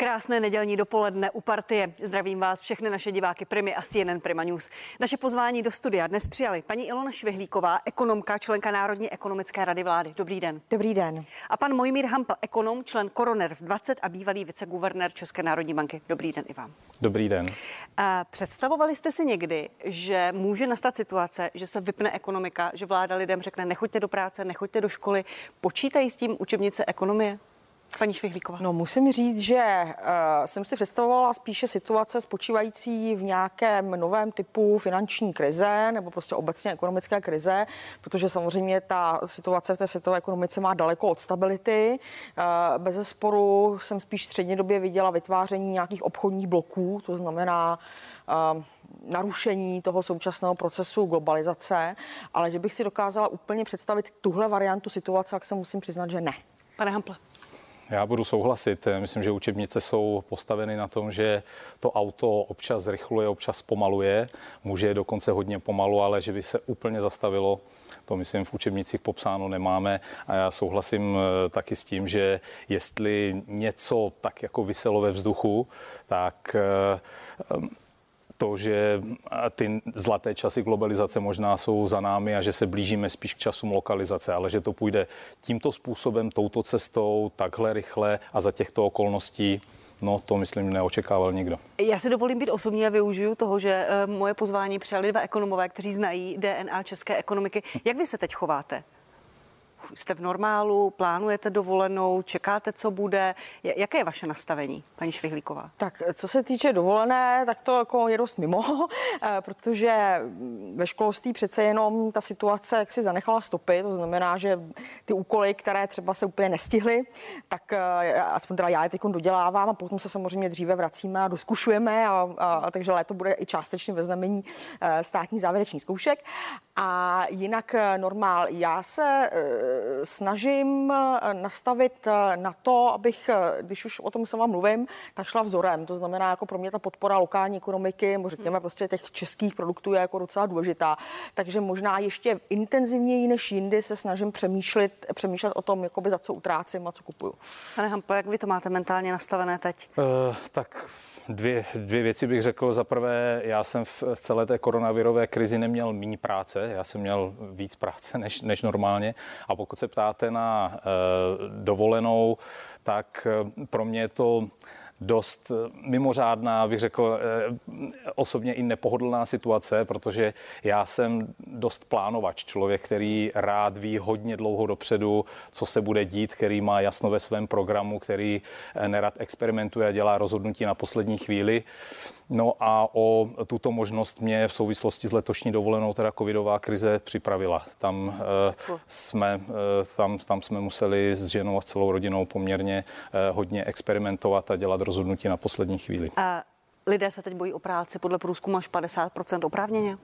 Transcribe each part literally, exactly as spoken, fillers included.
Krásné nedělní dopoledne u Partie. Zdravím vás všechny naše diváky Primy a C N N Prima News. Naše pozvání do studia dnes přijali paní Ilona Švihlíková, ekonomka, členka Národní ekonomické rady vlády. Dobrý den. Dobrý den. A pan Mojmír Hampl, ekonom, člen Koroner v dvacet a bývalý viceguvernér České národní banky. Dobrý den i vám. Dobrý den. A představovali jste si někdy, že může nastat situace, že se vypne ekonomika, že vláda lidem řekne nechoďte do práce, nechoďte do školy. Počítají s tím učebnice ekonomie? Paní Švihlíková. No, musím říct, že uh, jsem si představovala spíše situace spočívající v nějakém novém typu finanční krize nebo prostě obecně ekonomické krize, protože samozřejmě ta situace v té světové ekonomice má daleko od stability. Uh, bezesporu jsem spíš střednědobě viděla vytváření nějakých obchodních bloků, to znamená uh, narušení toho současného procesu globalizace, ale že bych si dokázala úplně představit tuhle variantu situace, tak se musím přiznat, že ne. Pane Hample. Já budu souhlasit. Myslím, že učebnice jsou postaveny na tom, že to auto občas zrychluje, občas zpomaluje. Může dokonce hodně pomalu, ale že by se úplně zastavilo, to myslím v učebnicích popsáno nemáme. A já souhlasím taky s tím, že jestli něco tak jako viselo ve vzduchu, tak to, že ty zlaté časy globalizace možná jsou za námi a že se blížíme spíš k časům lokalizace, ale že to půjde tímto způsobem, touto cestou, takhle rychle a za těchto okolností, no to myslím neočekával nikdo. Já si dovolím být osobní a využiju toho, že moje pozvání přijali dva ekonomové, kteří znají D N A české ekonomiky. Jak vy se teď chováte? Jste v normálu, plánujete dovolenou, čekáte, co bude? Jaké je vaše nastavení, paní Švihlíková? Tak, co se týče dovolené, tak to jako je dost mimo, protože ve školství přece jenom ta situace jak si zanechala stopy, to znamená, že ty úkoly, které třeba se úplně nestihly, tak aspoň teda já je teď dodělávám a potom se samozřejmě dříve vracíme a dozkušujeme, a, a, a takže léto bude i částečně ve znamení státní závěreční zkoušek. A jinak normál, já se snažím nastavit na to, abych, když už o tom sama mluvím, tak šla vzorem. To znamená, jako pro mě ta podpora lokální ekonomiky, nebo řekněme prostě těch českých produktů je jako docela důležitá. Takže možná ještě intenzivněji než jindy se snažím přemýšlet, přemýšlet o tom, jakoby za co utrácím a co kupuju. Pane Hample, jak vy to máte mentálně nastavené teď? Uh, tak... Dvě, dvě věci bych řekl. Za prvé, já jsem v celé té koronavirové krizi neměl méně práce, já jsem měl víc práce než, než normálně. A pokud se ptáte na e, dovolenou, tak pro mě je to dost mimořádná, bych řekl, osobně i nepohodlná situace, protože já jsem dost plánovač, člověk, který rád ví hodně dlouho dopředu, co se bude dít, který má jasno ve svém programu, který nerad experimentuje a dělá rozhodnutí na poslední chvíli. No a o tuto možnost mě v souvislosti s letošní dovolenou teda covidová krize připravila. Tam, uh, jsme, uh, tam, tam jsme museli s ženou a s celou rodinou poměrně uh, hodně experimentovat a dělat rozhodnutí na poslední chvíli. A lidé se teď bojí o práci, podle průzkumu až padesát procent oprávněně?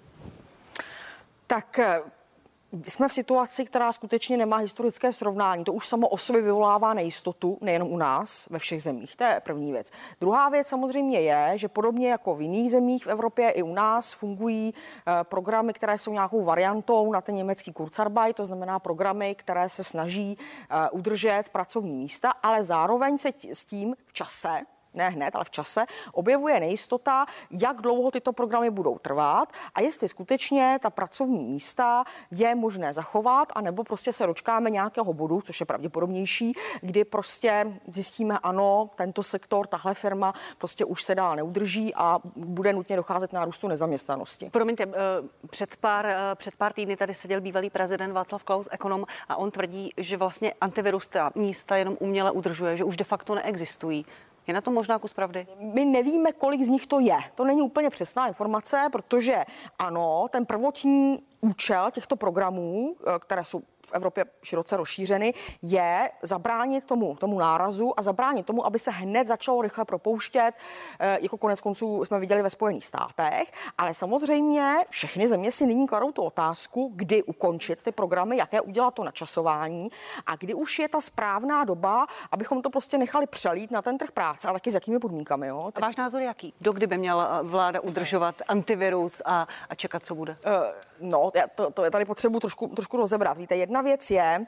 Tak jsme v situaci, která skutečně nemá historické srovnání. To už samo o sobě vyvolává nejistotu, nejenom u nás, ve všech zemích. To je první věc. Druhá věc samozřejmě je, že podobně jako v jiných zemích v Evropě i u nás fungují eh, programy, které jsou nějakou variantou na ten německý Kurzarbeit, to znamená programy, které se snaží eh, udržet pracovní místa, ale zároveň se t- s tím v čase, ne hned, ale v čase, objevuje nejistota, jak dlouho tyto programy budou trvat a jestli skutečně ta pracovní místa je možné zachovat, anebo prostě se dočkáme nějakého bodu, což je pravděpodobnější, kdy prostě zjistíme, ano, tento sektor, tahle firma prostě už se dál neudrží a bude nutně docházet k nárůstu nezaměstnanosti. Promiňte, před pár, před pár týdny tady seděl bývalý prezident Václav Klaus, ekonom, a on tvrdí, že vlastně antivirus ta místa jenom uměle udržuje, že už de facto neexistují. Je na to možná kus pravdy? My nevíme, kolik z nich to je. To není úplně přesná informace, protože ano, ten prvotní účel těchto programů, které jsou v Evropě široce rozšířeny, je zabránit tomu, tomu nárazu a zabránit tomu, aby se hned začalo rychle propouštět, jako konec konců jsme viděli ve Spojených státech, ale samozřejmě všechny země si nyní kladou tu otázku, kdy ukončit ty programy, jaké udělat to načasování a kdy už je ta správná doba, abychom to prostě nechali přelít na ten trh práce, a taky s jakými podmínkami. Jo? A váš názor jaký? Dokdy by měla vláda udržovat antivirus a, a čekat, co bude? Uh, no, Jo? To, to je tady potřebu trošku, trošku rozebrat. Víte, jedna věc je,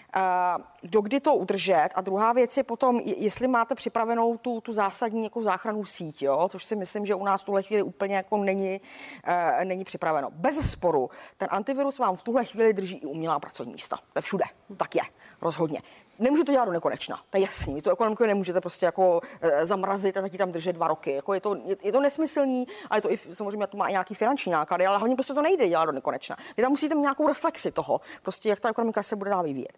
uh, dokdy to udržet, a druhá věc je potom, jestli máte připravenou tu, tu zásadní jako záchrannou síť, jo? Což si myslím, že u nás v tuhle chvíli úplně jako není, uh, není připraveno. Bez sporu, ten antivirus vám v tuhle chvíli drží i umělá pracovní místa. To je všude. Tak je, rozhodně. Nemůže to dělat do nekonečna, to je jasný. Vy tu ekonomiku nemůžete prostě jako e, zamrazit a taky tam držet dva roky. Jako je, to, je, je to nesmyslný, ale je to i samozřejmě to má i nějaký finanční náklady, ale hlavně prostě to nejde dělat do nekonečna. Vy tam musíte mít nějakou reflexi toho, prostě jak ta ekonomika se bude dál vyvíjet.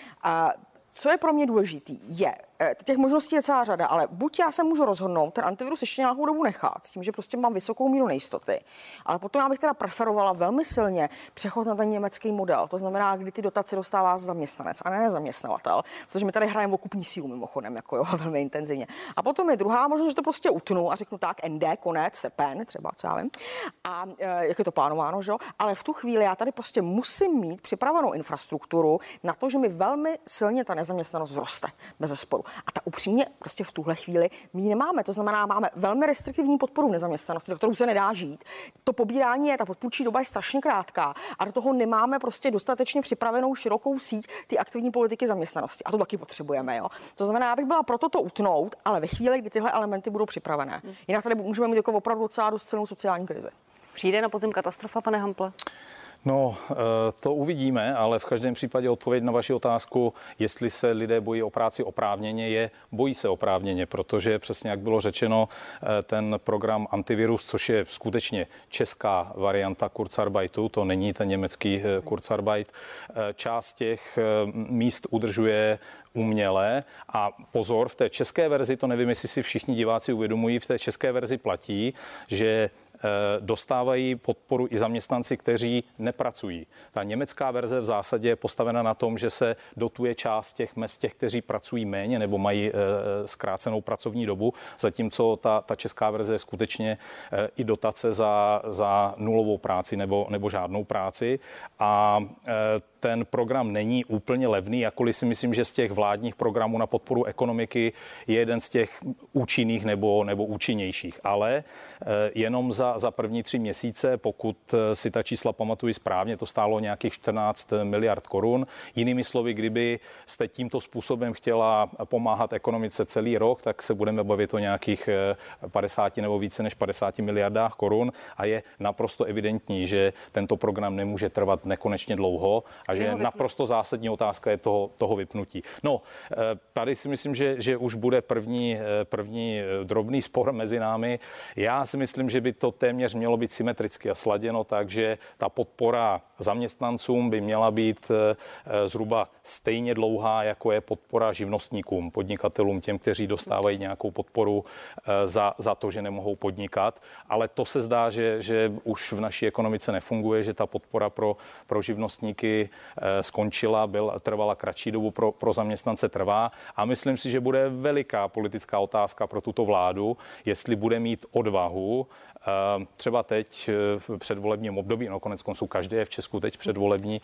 A co je pro mě důležitý, je, těch možností je celá řada, ale buď já se můžu rozhodnout ten antivirus ještě nějakou dobu nechat, s tím, že prostě mám vysokou míru nejistoty, ale potom já bych teda preferovala velmi silně přechod na ten německý model, to znamená, kdy ty dotace dostává zaměstnanec a ne zaměstnavatel, protože my tady hrajeme o kupní sílu mimochodem, jako jo, velmi intenzivně. A potom je druhá možnost, že to prostě utnu a řeknu tak, N D, konec, srpen, třeba, co já vím, a e, jak je to plánováno, že jo, ale v tu chvíli já tady prostě musím mít připravenou infrastrukturu na to, že mi velmi silně ta nezaměstnanost vzroste, bezesporu. A ta upřímně prostě v tuhle chvíli my ji nemáme. To znamená, máme velmi restriktivní podporu v nezaměstnanosti, za kterou se nedá žít. To pobírání je, ta podpůrčí doba je strašně krátká a do toho nemáme prostě dostatečně připravenou širokou síť ty aktivní politiky zaměstnanosti. A to taky potřebujeme, jo. To znamená, já bych byla proto to utnout, ale ve chvíli, kdy tyhle elementy budou připravené. Jinak tady můžeme mít jako opravdu docela dost silnou sociální krizi. Přijde na podzim katastrofa, pane Hample? No, to uvidíme, ale v každém případě odpověď na vaši otázku, jestli se lidé bojí o práci oprávněně, je bojí se oprávněně, protože přesně jak bylo řečeno, ten program antivirus, což je skutečně česká varianta Kurzarbeitu, to není ten německý Kurzarbeit, část těch míst udržuje uměle a pozor, v té české verzi, to nevím, jestli si všichni diváci uvědomují, v té české verzi platí, že dostávají podporu i zaměstnanci, kteří nepracují. Ta německá verze v zásadě je postavena na tom, že se dotuje část těch mezd těch, kteří pracují méně nebo mají e, zkrácenou pracovní dobu, zatímco ta, ta česká verze je skutečně e, i dotace za, za nulovou práci nebo, nebo žádnou práci. A e, ten program není úplně levný, jakkoliv si myslím, že z těch vládních programů na podporu ekonomiky je jeden z těch účinných nebo, nebo účinnějších. Ale jenom za, za první tři měsíce, pokud si ta čísla pamatuji správně, to stálo nějakých čtrnáct miliard korun. Jinými slovy, kdyby jste tímto způsobem chtěla pomáhat ekonomice celý rok, tak se budeme bavit o nějakých padesát nebo více než padesát miliardách korun a je naprosto evidentní, že tento program nemůže trvat nekonečně dlouho a že naprosto zásadní otázka je toho, toho vypnutí. No, tady si myslím, že, že už bude první, první drobný spor mezi námi. Já si myslím, že by to téměř mělo být symetricky a sladěno, takže ta podpora zaměstnancům by měla být zhruba stejně dlouhá, jako je podpora živnostníkům, podnikatelům, těm, kteří dostávají nějakou podporu za, za to, že nemohou podnikat. Ale to se zdá, že, že už v naší ekonomice nefunguje, že ta podpora pro, pro živnostníky skončila, byl, trvala kratší dobu, pro, pro zaměstnance trvá. A myslím si, že bude veliká politická otázka pro tuto vládu, jestli bude mít odvahu třeba teď v předvolebním období, no konec konců každý je v Česku teď předvolební,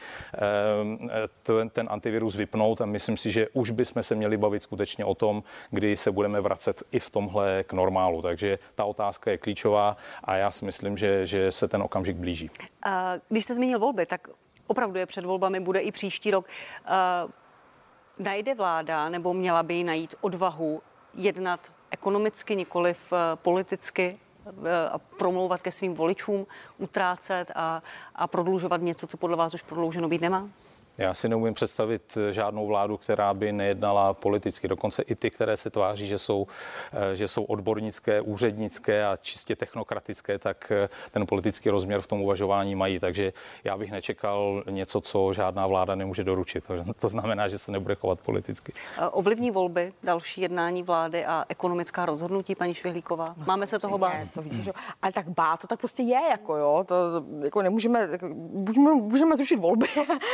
ten, ten antivirus vypnout a myslím si, že už bychom se měli bavit skutečně o tom, kdy se budeme vracet i v tomhle k normálu. Takže ta otázka je klíčová a já si myslím, že, že se ten okamžik blíží. Když jste zmínil volby, tak opravdu je před volbami, bude i příští rok. Najde vláda, nebo měla by jí najít odvahu jednat ekonomicky, nikoliv politicky a promlouvat ke svým voličům, utrácet a, a prodlužovat něco, co podle vás už prodlouženo být nemá? Já si neumím představit žádnou vládu, která by nejednala politicky. Dokonce i ty, které se tváří, že jsou, že jsou odbornické, úřednické a čistě technokratické, tak ten politický rozměr v tom uvažování mají. Takže já bych nečekal něco, co žádná vláda nemůže doručit. To znamená, že se nebude chovat politicky. Ovlivní volby, další jednání vlády a ekonomická rozhodnutí, paní Švihlíková? No, máme se toho bát? To víte, že... Ale tak bát, to tak prostě je, jako jo. To, jako nemůžeme, můžeme, můžeme zrušit volby.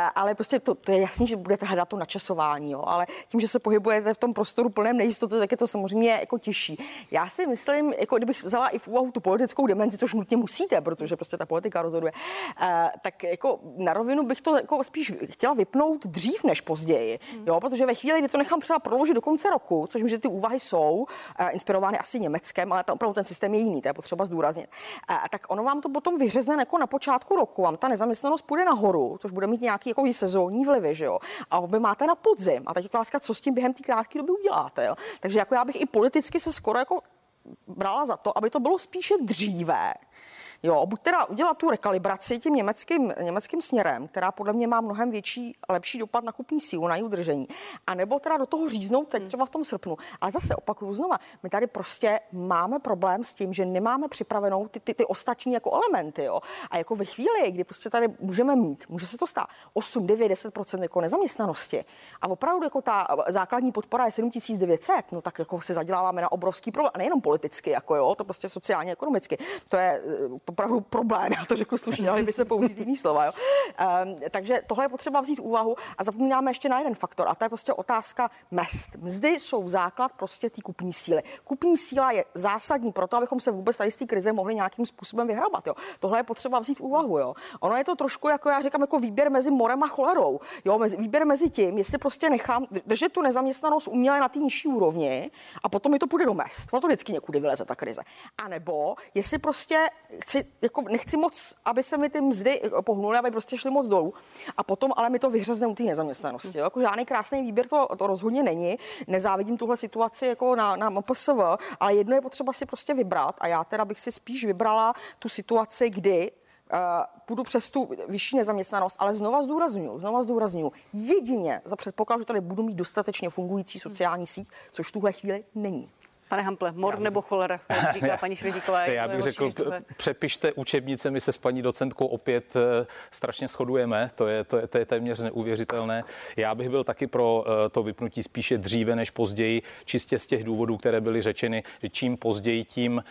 ale prostě to, to je jasný, že budete hledat to načasování, jo, ale tím, že se pohybujete v tom prostoru plném nejistoty, tak je to samozřejmě jako těžší. Já si myslím, jako kdybych vzala i v úvahu tu politickou dimenzi, což nutně musíte, protože prostě ta politika rozhoduje, uh, tak jako na rovinu bych to jako spíš chtěla vypnout dřív než později, hmm. jo, protože ve chvíli, kdy to nechám třeba proložit do konce roku, což že ty úvahy jsou uh, inspirovány asi Německem, ale tam opravdu ten systém je jiný, to je potřeba zdůraznit. Uh, tak ono vám to potom vyřezne jako na počátku roku, vám ta nezaměstnanost půjde nahoru, což bude mít nějaký jako sezónní vlivy, že jo. A vy máte na podzim. A teď otázka, co s tím během té krátké doby uděláte, jo. Takže jako já bych i politicky se skoro jako brala za to, aby to bylo spíše dříve. Jo, buď teda udělat tu rekalibraci tím německým, německým směrem, která podle mě má mnohem větší, lepší dopad na kupní sílu, na její udržení, a nebo teda do toho říznout teď třeba v tom srpnu. Ale zase opakuju znova, my tady prostě máme problém s tím, že nemáme připravenou ty, ty, ty ostatní jako elementy, jo. A jako ve chvíli, kdy prostě tady můžeme mít, může se to stát osm, devět, deset procent jako nezaměstnanosti a opravdu jako ta základní podpora je sedm tisíc devět set, no tak jako se zaděláváme na obrovský problém, a nejenom politicky, jako jo, to prostě sociálně, ekonomicky. To je opravdu problém, já to řeknu slušně, ale by se použít jiný slova. Jo. Um, takže tohle je potřeba vzít v úvahu a zapomínáme ještě na jeden faktor, a to je prostě otázka mezd. Mzdy jsou základ prostě té kupní síly. Kupní síla je zásadní pro to, abychom se vůbec tady z té krize mohli nějakým způsobem vyhrabat. Jo. Tohle je potřeba vzít v úvahu. Jo. Ono je to trošku, jako já říkám, jako výběr mezi morem a cholerou. Jo, mezi, výběr mezi tím, jestli prostě nechám držet tu nezaměstnanost uměle na té nižší úrovni a potom mi to půjde do mezd. Ono to vždycky někudy vyleze ta krize. A nebo jestli prostě chci, jako nechci moc, aby se mi ty mzdy pohnuly, aby prostě šly moc dolů. A potom ale mi to vyřezne u té nezaměstnanosti. Jo. Jako žádný krásný výběr to, to rozhodně není. Nezávidím tuhle situaci jako na, na M P S V, ale jedno je potřeba si prostě vybrat. A já teda bych si spíš vybrala tu situaci, kdy Uh, půjdu přes tu vyšší nezaměstnanost, ale znova zdůraznuju, znova zdůraznuju, jedině za předpokladu, že tady budu mít dostatečně fungující sociální síť, což v tuhle chvíli není. Pane Hample, mor nebo cholera, jak říká paní Švědíková. Já bych řekl, přepište učebnice, my se s paní docentkou opět strašně shodujeme, to je, to je, to je téměř neuvěřitelné. Já bych byl taky pro to vypnutí spíše dříve než později, čistě z těch důvodů, které byly řečeny, že čím později, tím,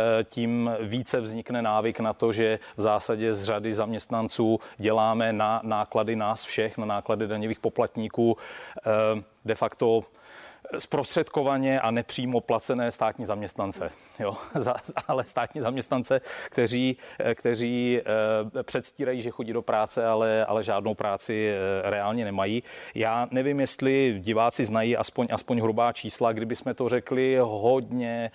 tím více vznikne návyk na to, že v zásadě z řady zaměstnanců děláme na náklady nás všech, na náklady daňových poplatníků, de facto zprostředkovaně a nepřímo placené státní zaměstnance, jo, ale státní zaměstnance, kteří, kteří předstírají, že chodí do práce, ale, ale žádnou práci reálně nemají. Já nevím, jestli diváci znají aspoň, aspoň hrubá čísla, kdyby jsme to řekli hodně,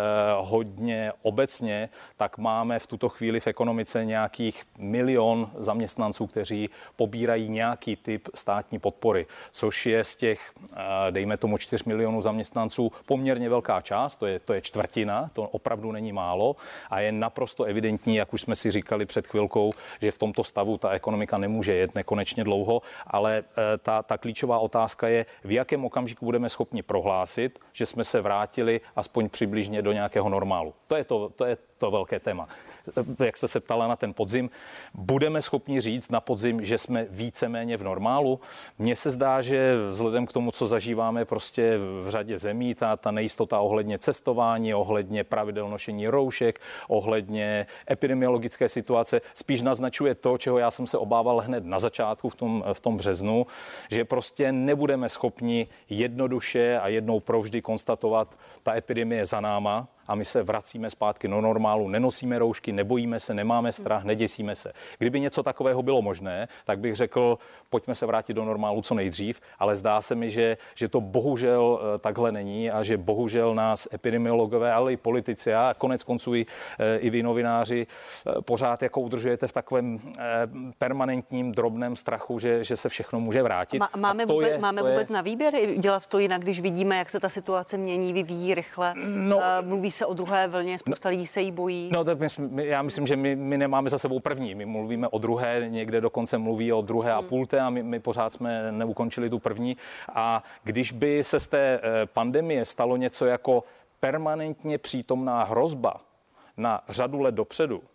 hodně obecně, tak máme v tuto chvíli v ekonomice nějakých milion zaměstnanců, kteří pobírají nějaký typ státní podpory, což je z těch, dejme tomu, čtyři milionů zaměstnanců poměrně velká část, to je, to je čtvrtina, to opravdu není málo a je naprosto evidentní, jak už jsme si říkali před chvilkou, že v tomto stavu ta ekonomika nemůže jet nekonečně dlouho, ale ta, ta klíčová otázka je, v jakém okamžiku budeme schopni prohlásit, že jsme se vrátili aspoň přibližně do nějakého normálu. To je to, to je to velké téma. Jak jste se ptala na ten podzim, budeme schopni říct na podzim, že jsme víceméně v normálu? Mně se zdá, že vzhledem k tomu, co zažíváme prostě v řadě zemí, ta, ta nejistota ohledně cestování, ohledně pravidel nošení roušek, ohledně epidemiologické situace, spíš naznačuje to, čeho já jsem se obával hned na začátku v tom, v tom březnu, že prostě nebudeme schopni jednoduše a jednou provždy konstatovat, ta epidemie je za náma, a my se vracíme zpátky do normálu, nenosíme roušky, nebojíme se, nemáme strach, neděsíme se. Kdyby něco takového bylo možné, tak bych řekl, pojďme se vrátit do normálu co nejdřív, ale zdá se mi, že, že to bohužel takhle není a že bohužel nás epidemiologové, ale i politici a konec konců i, i vy novináři pořád jako udržujete v takovém permanentním drobném strachu, že, že se všechno může vrátit. Má, máme vůbec, je, máme vůbec je... na výběr dělat to jinak, když vidíme, jak se ta situace mění, vyvíjí rychle, no, mluví se o druhé vlně, spousta lidí se jí bojí. No tak my, já myslím, že my, my nemáme za sebou první. My mluvíme o druhé, někde dokonce mluví o druhé a půlce a my, my pořád jsme neukončili tu první. A když by se z té pandemie stalo něco jako permanentně přítomná hrozba na řadu let dopředu,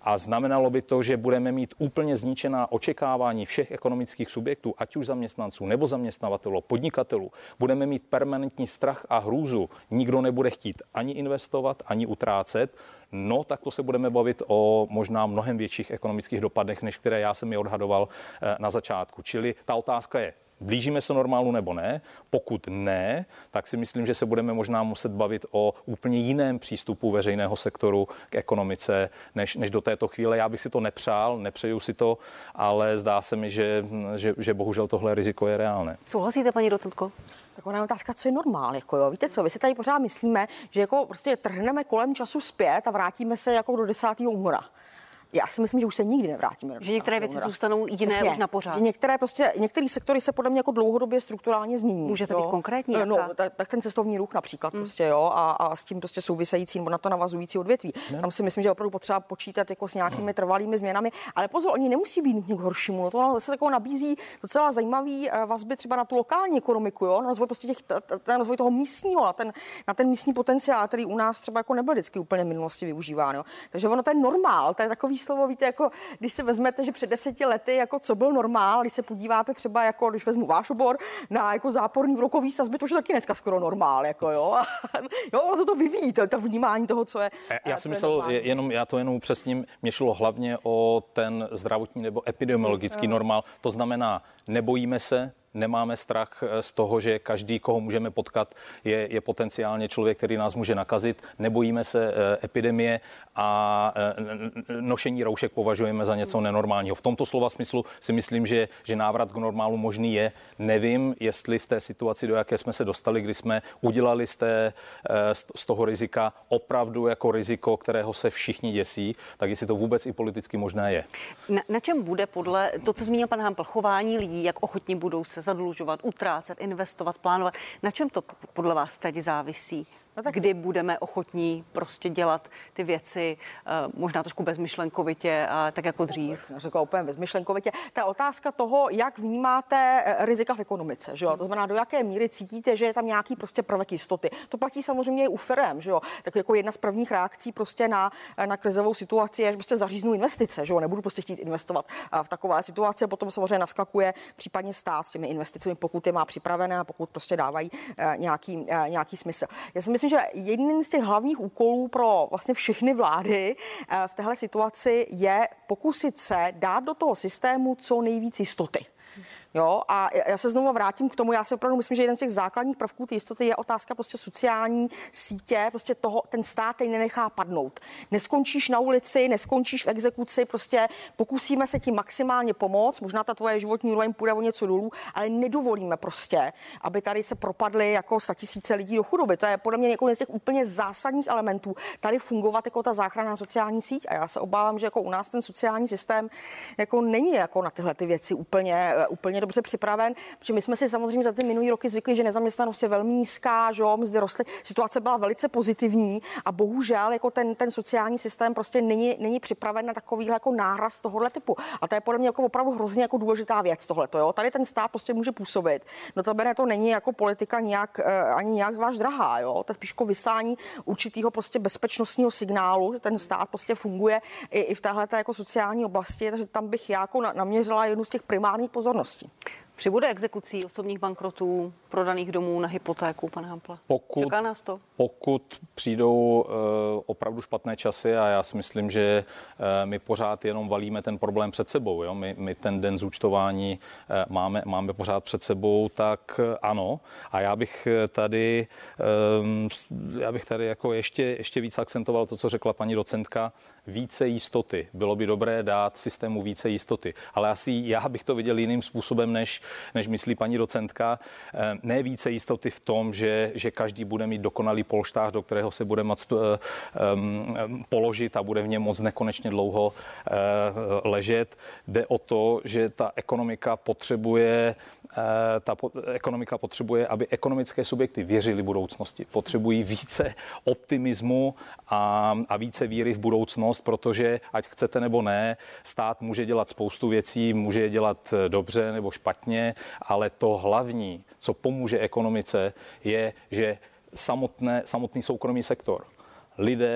A znamenalo by to, že budeme mít úplně zničená očekávání všech ekonomických subjektů, ať už zaměstnanců nebo zaměstnavatelů, podnikatelů. Budeme mít permanentní strach a hrůzu. Nikdo nebude chtít ani investovat, ani utrácet. No, tak to se budeme bavit o možná mnohem větších ekonomických dopadech, než které já jsem je odhadoval na začátku. Čili ta otázka je, blížíme se normálu nebo ne? Pokud ne, tak si myslím, že se budeme možná muset bavit o úplně jiném přístupu veřejného sektoru k ekonomice, než, než do této chvíle. Já bych si to nepřál, nepřeju si to, ale zdá se mi, že, že, že bohužel tohle riziko je reálné. Souhlasíte, paní docentko? Tak ona je otázka, co je normál, jako jo. Víte co, vy si tady pořád myslíme, že jako prostě trhneme kolem času zpět a vrátíme se jako do desátého února. Já si myslím, že už se nikdy nevrátíme. Že některé věci zůstanou jiné Přesně, už na pořád. Že některé prostě, některé sektory se podle mě jako dlouhodobě strukturálně změní. Můžete být konkrétní? No, tak, tak ten cestovní ruch například hmm. prostě, jo, a, a s tím prostě související nebo na to navazující odvětví. Ne. Tam si myslím, že opravdu potřeba počítat jako s nějakými trvalými změnami, ale pozor, oni nemusí být k horšímu. No to se takovou nabízí docela zajímavý vazby třeba na tu lokální ekonomiku, jo, na rozvoj prostě těch, ten rozvoj toho místního, na ten, na ten místní potenciál, který u nás třeba jako nebyl vždycky úplně v minulosti využíván, jo. Takže ono ten normál, to je takový slovo, víte, jako když si vezmete, že před deseti lety, jako co byl normál, když se podíváte třeba, jako když vezmu váš obor, na jako záporný úrokový sazby, to už je taky dneska skoro normál, jako jo. Jo, ono se to vyvíjí, to, to vnímání toho, co je. Já jsem myslel, jenom, já to jenom upřesním, mě šlo hlavně o ten zdravotní nebo epidemiologický normál. To znamená, nebojíme se, nemáme strach z toho, že každý, koho můžeme potkat, je, je potenciálně člověk, který nás může nakazit. Nebojíme se epidemie a nošení roušek považujeme za něco nenormálního. V tomto slova smyslu si myslím, že, že návrat k normálu možný je. Nevím, jestli v té situaci, do jaké jsme se dostali, kdy jsme udělali z, té, z toho rizika opravdu jako riziko, kterého se všichni děsí, tak jestli to vůbec i politicky možné je. Na, na čem bude podle to, co zmínil pan Hampl, chování lidí, jak ochotní budou se zadlužovat, utrácet, investovat, plánovat. Na čem to podle vás teď závisí? No tak... Kdy budeme ochotní prostě dělat ty věci uh, možná trošku bezmyšlenkovitě a tak jako dřív? Řekla úplně bezmyšlenkovitě. Ta otázka toho, jak vnímáte rizika v ekonomice, že jo? To znamená, do jaké míry cítíte, že je tam nějaký prostě prvek jistoty. To platí samozřejmě i u firem, že jo? Tak jako jedna z prvních reakcí prostě na, na krizovou situaci je, že prostě zaříznu investice, že jo? Nebudu prostě chtít investovat v takové situaci, potom samozřejmě naskakuje případně stát s těmi investicemi, pokud je má připravené a pokud prostě dávají nějaký, nějaký smysl. Já si myslím, Myslím, že jeden z těch hlavních úkolů pro vlastně všechny vlády v téhle situaci je pokusit se dát do toho systému co nejvíc jistoty. Jo, a já se znovu vrátím k tomu, já si opravdu myslím, že jeden z těch základních prvků té jistoty je otázka prostě sociální sítě, prostě toho, ten stát jej nenechá padnout. Neskončíš na ulici, neskončíš v exekuci, prostě pokusíme se ti maximálně pomoct, možná ta tvoje životní úroveň půjde o něco dolů, ale nedovolíme prostě, aby tady se propadly jako statisíce lidí do chudoby. To je podle mě jeden z těch úplně zásadních elementů tady fungovat jako ta záchranná sociální síť a já se obávám, že jako u nás ten sociální systém jako není jako na tyhle ty věci úplně, úplně dobře připraven, protože my jsme si samozřejmě za ty minulý roky zvykli, že nezaměstnanost je velmi nízká, že jo, mzdy rostly, situace byla velice pozitivní a bohužel jako ten, ten sociální systém prostě není, není připraven na takovýhle jako náraz tohohle typu. A to je podle mě jako opravdu hrozně jako důležitá věc tohleto, jo. Tady ten stát prostě může působit. Notabene to není jako politika nějak, ani nějak zvlášť drahá, jo. To je spíš jako vysání určitého prostě bezpečnostního signálu, že ten stát prostě funguje i, i v téhleté jako sociální oblasti, takže tam bych já jako naměřila jednu z těch primárních pozorností. Přibude exekucí osobních bankrotů, prodaných domů na hypotéku, pane Hample? Pokud, Čeká nás to? Pokud přijdou uh, opravdu špatné časy a já si myslím, že uh, my pořád jenom valíme ten problém před sebou, jo? My, my ten den zúčtování uh, máme, máme pořád před sebou, tak uh, ano. A já bych tady, um, já bych tady jako ještě, ještě víc akcentoval to, co řekla paní docentka, více jistoty. Bylo by dobré dát systému více jistoty. Ale asi já bych to viděl jiným způsobem, než, než myslí paní docentka. Ne více jistoty v tom, že, že každý bude mít dokonalý polštář, do kterého se bude moct uh, um, položit a bude v něm moc nekonečně dlouho uh, ležet. Jde o to, že ta ekonomika potřebuje, uh, ta po, ekonomika potřebuje, aby ekonomické subjekty věřily budoucnosti. Potřebují více optimismu a, a více víry v budoucnost, protože ať chcete nebo ne, stát může dělat spoustu věcí, může je dělat dobře nebo špatně, ale to hlavní, co pomůže ekonomice, je, že samotné, samotný soukromý sektor, lidé,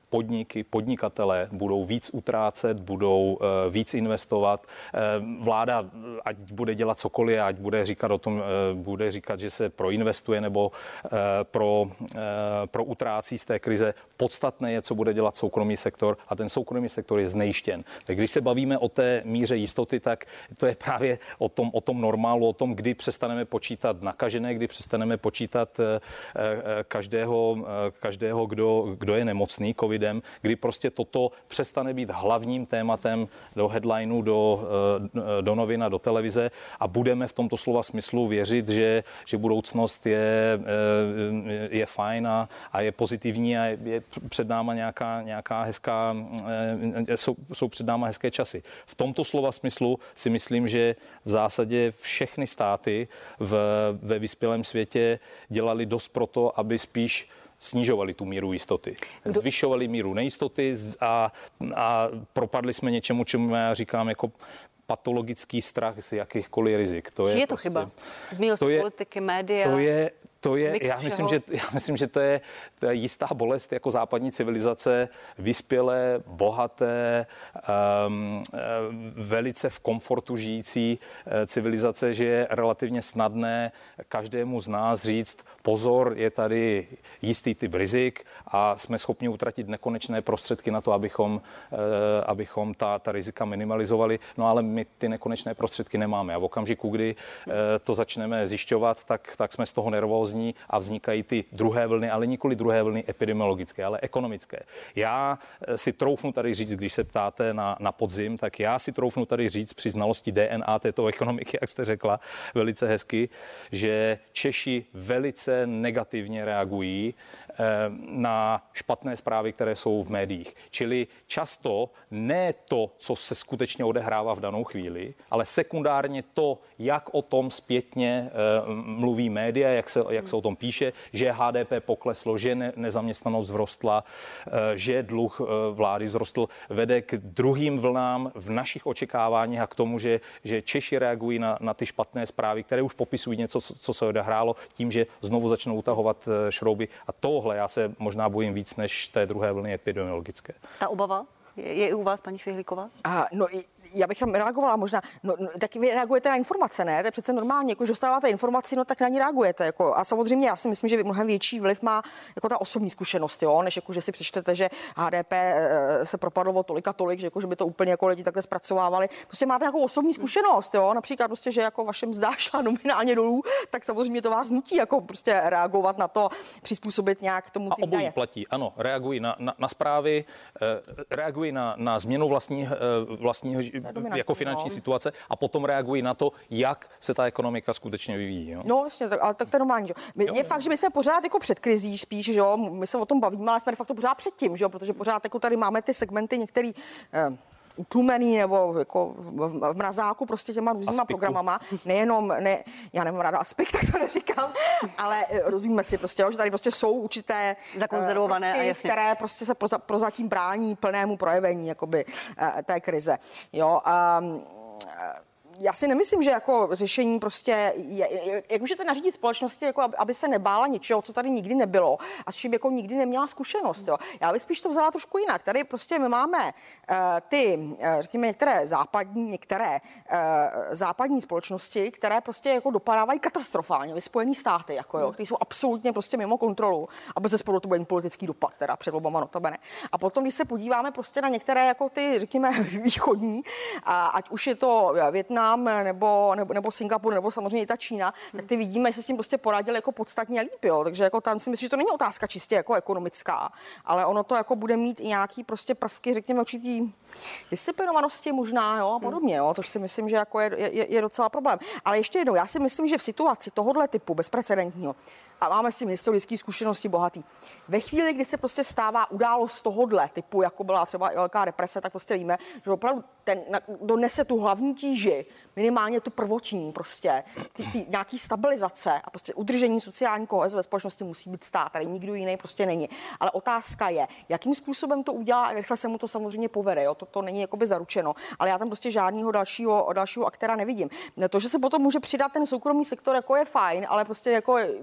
podniky, podnikatelé budou víc utrácet, budou víc investovat. Vláda, ať bude dělat cokoliv, ať bude říkat o tom, bude říkat, že se proinvestuje nebo pro, pro utrácí z té krize. Podstatné je, co bude dělat soukromý sektor a ten soukromý sektor je znejštěn. Tak když se bavíme o té míře jistoty, tak to je právě o tom, o tom normálu, o tom, kdy přestaneme počítat nakažené, kdy přestaneme počítat každého, každého kdo, kdo je nemocný covidem, kdy prostě toto přestane být hlavním tématem do headlineu, do, do novin a do televize a budeme v tomto slova smyslu věřit, že, že budoucnost je, je fajn a, a je pozitivní a je před náma nějaká, nějaká hezká, jsou, jsou před náma hezké časy. V tomto slova smyslu si myslím, že v zásadě všechny státy v, ve vyspělém světě dělali dost pro to, aby spíš snižovali tu míru jistoty. Zvyšovali míru nejistoty a, a propadli jsme něčemu, čemu já říkám jako patologický strach z jakýchkoliv rizik. To je, je to prostě, chyba. Zmínil jste politiky, média. To je, to je, já všeho. myslím, že, já myslím, že to je, to je jistá bolest jako západní civilizace, vyspělé, bohaté, um, velice v komfortu žijící civilizace, že je relativně snadné každému z nás říct, pozor, je tady jistý typ rizik a jsme schopni utratit nekonečné prostředky na to, abychom, uh, abychom ta, ta rizika minimalizovali. No ale my ty nekonečné prostředky nemáme a v okamžiku, kdy uh, to začneme zjišťovat, tak, tak jsme z toho nervózní a vznikají ty druhé vlny, ale nikoli druhé vlny epidemiologické, ale ekonomické. Já si troufnu tady říct, když se ptáte na, na podzim, tak já si troufnu tady říct při znalosti D N A této ekonomiky, jak jste řekla velice hezky, že Češi velice negativně reagují na špatné zprávy, které jsou v médiích. Čili často ne to, co se skutečně odehrává v danou chvíli, ale sekundárně to, jak o tom zpětně mluví média, jak se, jak se o tom píše, že H D P pokleslo, že ne, nezaměstnanost vzrostla, že dluh vlády vzrostl, vede k druhým vlnám v našich očekáváních a k tomu, že, že Češi reagují na, na ty špatné zprávy, které už popisují něco, co se odehrálo, tím, že znovu začnou utahovat šrouby. A tohle já se možná bojím víc než té druhé vlny epidemiologické. Ta obava je, je i u vás, paní Švihlíková? A, no, já bych tam reagovala možná, no, no, tak vy reagujete na informace, ne? To je přece normálně, jako, že dostáváte informaci, no tak na ní reagujete. Jako, a samozřejmě já si myslím, že mnohem větší vliv má jako ta osobní zkušenost, jo, než jako, že si přečtete, že H D P e, se propadlo o tolik a tolik, že, jako, že by to úplně jako lidi takhle zpracovávali. Prostě máte nějakou osobní zkušenost, jo, například prostě, že jako vaše mzda šla nominálně dolů, tak samozřejmě to vás nutí jako prostě reagovat na to, přizpůsobit nějak tomu ty obojí platí, ano, reagují na, na, na zprávy, e, reagují na, na změnu vlastního, vlastního jako finanční no. situace a potom reagují na to, jak se ta ekonomika skutečně vyvíjí. Jo? No jasně, tak, ale tak to je normální. Že? Je fakt, že my jsme pořád jako před krizí spíš, že jo, my se o tom bavíme, ale jsme de facto pořád před tím, že jo, protože pořád jako tady máme ty segmenty některý eh, utlumený nebo jako v, v, v mrazáku prostě těma různýma Aspiku. programama, nejenom, ne, já nemám ráda aspekt, tak to neříkám, ale rozumíme si prostě, jo, že tady prostě jsou určité zakonzervované prvky, a jasně. které prostě se proza, prozatím brání plnému projevení jakoby té krize. Jo, um, já si nemyslím, že jako řešení prostě, je, jak můžete nařídit společnosti, jako aby se nebála něčeho, co tady nikdy nebylo a s čím jako nikdy neměla zkušenost. Jo. Já bych spíš to vzala trošku jinak. Tady prostě my máme uh, ty, uh, řekněme, některé západní, některé uh, západní společnosti, které prostě jako dopadávají katastrofálně. Vy Spojený státy, jako jo, které jsou absolutně prostě mimo kontrolu a bez zesporu to bude politický dopad, teda před volbama notabene. A potom, když se podíváme prostě na některé jako ty, řekněme, východní, a ať už je to Vietnam, Nebo, nebo, nebo Singapur, nebo samozřejmě i ta Čína, tak ty vidíme, že se s tím prostě poradili jako podstatně líp, jo. Takže jako tam si myslím, že to není otázka čistě jako ekonomická, ale ono to jako bude mít i nějaký prostě prvky, řekněme, určitý disciplinovanosti možná, jo, a podobně, jo. To si myslím, že jako je, je, je docela problém. Ale ještě jednou, já si myslím, že v situaci tohohle typu bezprecedentního, a máme s tím historické zkušenosti bohatý. Ve chvíli, kdy se prostě stává událost tohodle typu, jako byla třeba velká deprese, tak prostě víme, že opravdu ten donese tu hlavní tíži, minimálně tu prvotní prostě, ty, ty, nějaký stabilizace a prostě udržení sociální koheze ve společnosti musí být stát, tady nikdo jiný prostě není. Ale otázka je, jakým způsobem to udělá a rychle se mu to samozřejmě povede, jo? To, to není jakoby zaručeno, ale já tam prostě žádného dalšího, dalšího aktéra nevidím. To, že se potom může přidat ten soukromý sektor, jako je fajn, ale prostě jako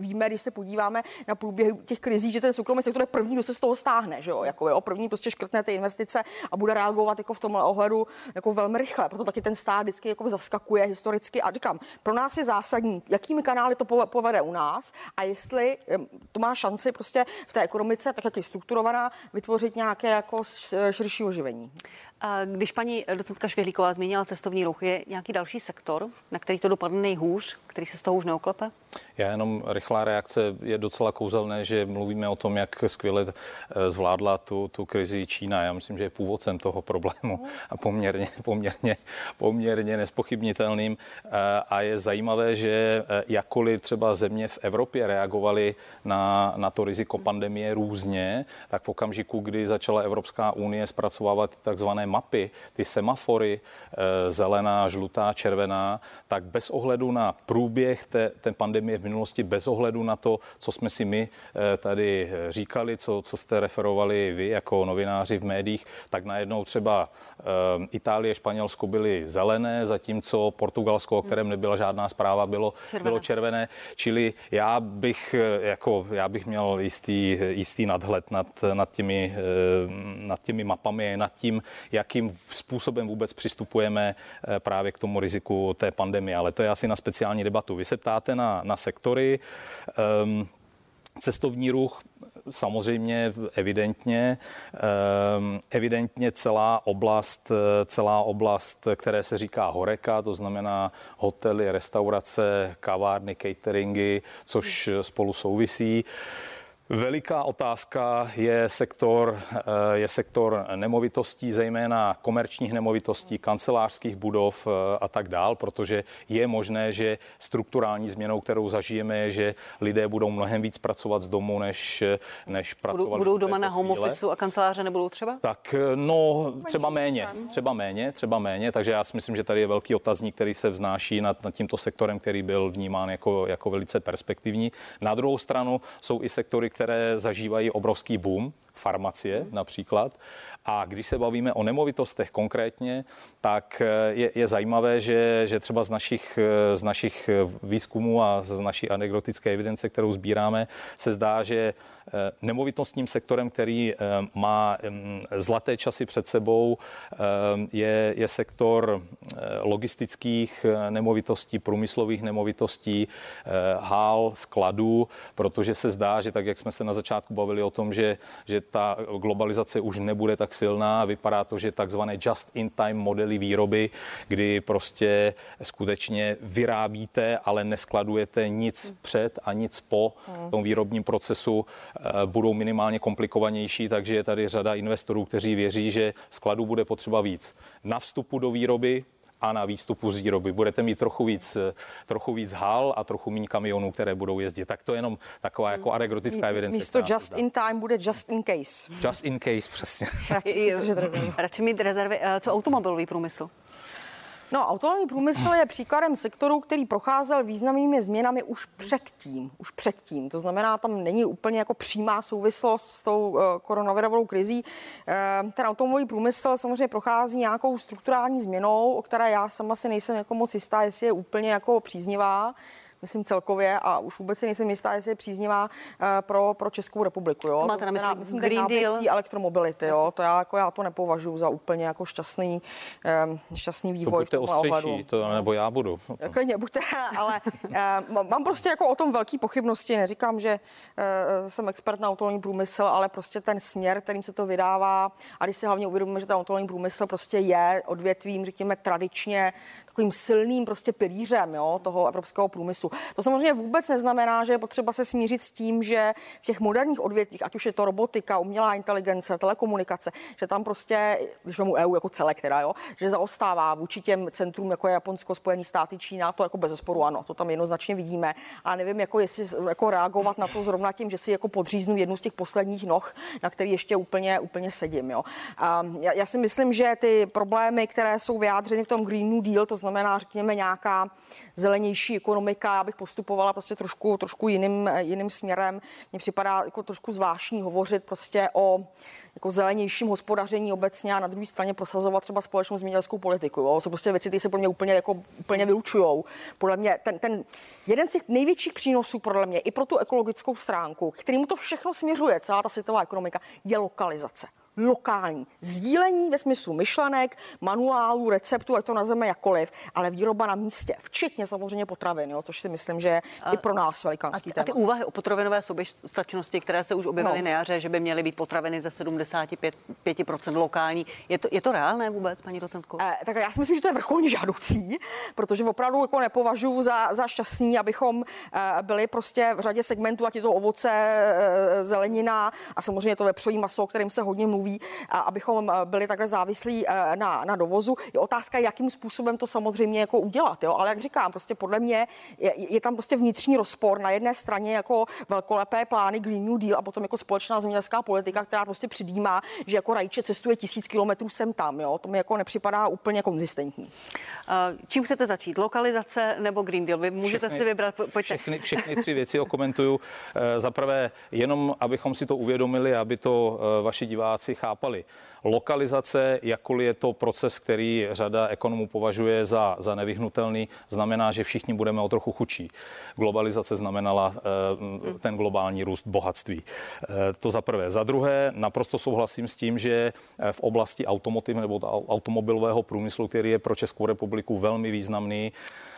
víme, když se podíváme na průběh těch krizí, že ten soukromý sektor je první, kdo se z toho stáhne, že jo, jako jo, první prostě škrtne ty investice a bude reagovat jako v tomhle ohledu jako velmi rychle. Proto taky ten stát vždycky jako zaskakuje historicky a říkám, pro nás je zásadní, jakými kanály to povede u nás a jestli to má šanci prostě v té ekonomice, tak jak je strukturovaná, vytvořit nějaké jako širší oživení. A když paní docentka Švihlíková zmínila cestovní ruch, je nějaký další sektor, na který to dopadne nejhůř, který se z toho už neoklepe? Já jenom rychlá reakce. Je docela kouzelné, že mluvíme o tom, jak skvěle zvládla tu, tu krizi Čína. Já myslím, že je původcem toho problému a poměrně, poměrně, poměrně nespochybnitelným. A je zajímavé, že jakkoliv třeba země v Evropě reagovaly na, na to riziko pandemie různě, tak v okamžiku, kdy začala Evropská unie zpracovávat takzvané mapy, ty semafory, zelená, žlutá, červená, tak bez ohledu na průběh té, té pandemie v minulosti, bez ohledu na to, co jsme si my tady říkali, co, co jste referovali vy jako novináři v médiích, tak najednou třeba Itálie, Španělsko byly zelené, zatímco Portugalsko, o kterém nebyla žádná zpráva, bylo červené. Bylo červené. Čili já bych, jako, já bych měl jistý, jistý nadhled nad, nad, těmi, nad těmi mapami, nad tím, jakým způsobem vůbec přistupujeme právě k tomu riziku té pandemie. Ale to je asi na speciální debatu. Vy se ptáte na, na sektory. Um, cestovní ruch samozřejmě evidentně, um, evidentně celá oblast, celá oblast, které se říká horeka, to znamená hotely, restaurace, kavárny, cateringy, což spolu souvisí. Veliká otázka je sektor, je sektor nemovitostí, zejména komerčních nemovitostí, kancelářských budov a tak dál, protože je možné, že strukturální změnou, kterou zažijeme, je, že lidé budou mnohem víc pracovat z domu, než, než pracovat. Budou, budou doma na home officeu a kanceláře nebudou třeba? Tak no, třeba méně, třeba méně, třeba méně, takže já si myslím, že tady je velký otazník, který se vznáší nad, nad tímto sektorem, který byl vnímán jako, jako velice perspektivní. Na druhou stranu jsou i sektory, které zažívají obrovský boom, farmacie například. A když se bavíme o nemovitostech konkrétně, tak je, je zajímavé, že, že třeba z našich, z našich výzkumů a z naší anekdotické evidence, kterou sbíráme, se zdá, že nemovitostním sektorem, který má zlaté časy před sebou, je, je sektor logistických nemovitostí, průmyslových nemovitostí, hál, skladů, protože se zdá, že tak, jak jsme se na začátku bavili o tom, že, že ta globalizace už nebude tak silná, vypadá to, že takzvané just-in-time modely výroby, kdy prostě skutečně vyrábíte, ale neskladujete nic před a nic po tom výrobním procesu, budou minimálně komplikovanější, takže je tady řada investorů, kteří věří, že skladů bude potřeba víc na vstupu do výroby a na výstupu z výroby. Budete mít trochu víc, trochu víc hal a trochu méně kamionů, které budou jezdit. Tak to je jenom taková jako anekdotická evidence. Místo just in time bude just in case. Just in case, přesně. Radši, Radši mít rezervy. Co automobilový průmysl? No, automobilový průmysl je příkladem sektoru, který procházel významnými změnami už předtím. Už předtím. To znamená, tam není úplně jako přímá souvislost s tou uh, koronavirovou krizí. Uh, ten automobilový průmysl samozřejmě prochází nějakou strukturální změnou, o které já sama si nejsem jako moc jistá, jestli je úplně jako příznivá. Myslím celkově a už vůbec si nejsem jistá, jestli je příznivá uh, pro, pro Českou republiku. Jo? Co máte na mysli? Myslím, Green Deal? Elektromobility, jo? To já, jako já to nepovažuji za úplně jako šťastný, um, šťastný vývoj. To buďte ostřejší, to nebo já budu. Klidně buďte, ale uh, mám prostě jako o tom velký pochybnosti. Neříkám, že uh, jsem expert na automobilový průmysl, ale prostě ten směr, kterým se to vydává, a když si hlavně uvědomíme, že ten automobilový průmysl prostě je odvětvím, řekněme, tradičně takovým silným prostě pilířem, jo, toho evropského průmyslu. To samozřejmě vůbec neznamená, že je potřeba se smířit s tím, že v těch moderních odvětvích, ať už je to robotika, umělá inteligence, telekomunikace, že tam prostě, když vemu E U jako celek teda, jo, že zaostává vůči těm centrům, jako je Japonsko, Spojené státy, Čína, to jako bezesporu ano, to tam jednoznačně vidíme. A nevím, jako jestli jako reagovat na to zrovna tím, že si jako podříznu jednu z těch posledních noh, na který ještě úplně, úplně sedím, jo. A já, já si myslím, že ty problémy, které jsou vyjádřeny v tom Green New Deal, to znamená, řekněme, nějaká zelenější ekonomika, já bych postupovala prostě trošku, trošku jiným, jiným směrem. Mně připadá jako trošku zvláštní hovořit prostě o jako zelenějším hospodaření obecně a na druhé straně prosazovat třeba společnou zemědělskou politiku. Jo? Jsou prostě věci, které se pro mě úplně, jako, úplně vylučujou. Podle mě ten, ten jeden z těch největších přínosů podle mě i pro tu ekologickou stránku, kterým to všechno směřuje, celá ta světová ekonomika, je lokalizace. Lokální. Sdílení ve smyslu myšlenek, manuálů, receptů, ať to nazveme jakkoliv, ale výroba na místě, včetně samozřejmě potravin, jo, což si myslím, že je a, i pro nás velikánský téma. A ty úvahy o potravinové soběstačnosti, které se už objevily no. na jaře, že by měly být potraviny ze sedmdesát pět procent lokální, je to, je to reálné vůbec, paní docentko? Eh, tak já si myslím, že to je vrcholně žádoucí, protože opravdu jako nepovažuji za, za šťastný, abychom eh, byli prostě v řadě segmentů, ať je to ovoce, eh, zelenina a samozřejmě to vepřový maso, o kterém se hodně mluví, a abychom byli takhle závislí na, na dovozu. Je otázka, jakým způsobem to samozřejmě jako udělat, jo? Ale jak říkám, prostě podle mě je, je tam prostě vnitřní rozpor. Na jedné straně jako velkolepé plány Green New Deal a potom jako společná zemědělská politika, která prostě předjímá, že jako rajče cestuje tisíc kilometrů sem tam, jo? To mi jako nepřipadá úplně konzistentní. Čím chcete začít? Lokalizace nebo Green Deal? Vy můžete všechny, si vybrat. Pojďte. Všechny, všechny tři věci okomentuju. Za prvé, jenom abychom si to uvědomili, aby to vaši diváci chápali. Lokalizace, jakkoliv je to proces, který řada ekonomů považuje za, za nevyhnutelný, znamená, že všichni budeme o trochu chudší. Globalizace znamenala uh, ten globální růst bohatství. Uh, to za prvé. Za druhé, naprosto souhlasím s tím, že v oblasti automotiv nebo automobilového průmyslu, který je pro Českou republiku velmi významný,